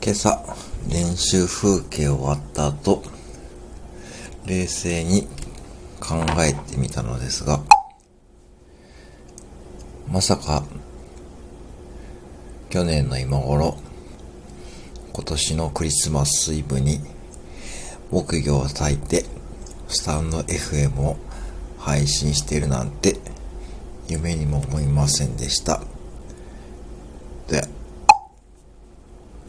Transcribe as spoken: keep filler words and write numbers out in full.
今朝練習風景終わった後、冷静に考えてみたのですが、まさか去年の今頃、今年のクリスマスイブに木魚を焚いてスタンド エフエム を配信しているなんて夢にも思いませんでした。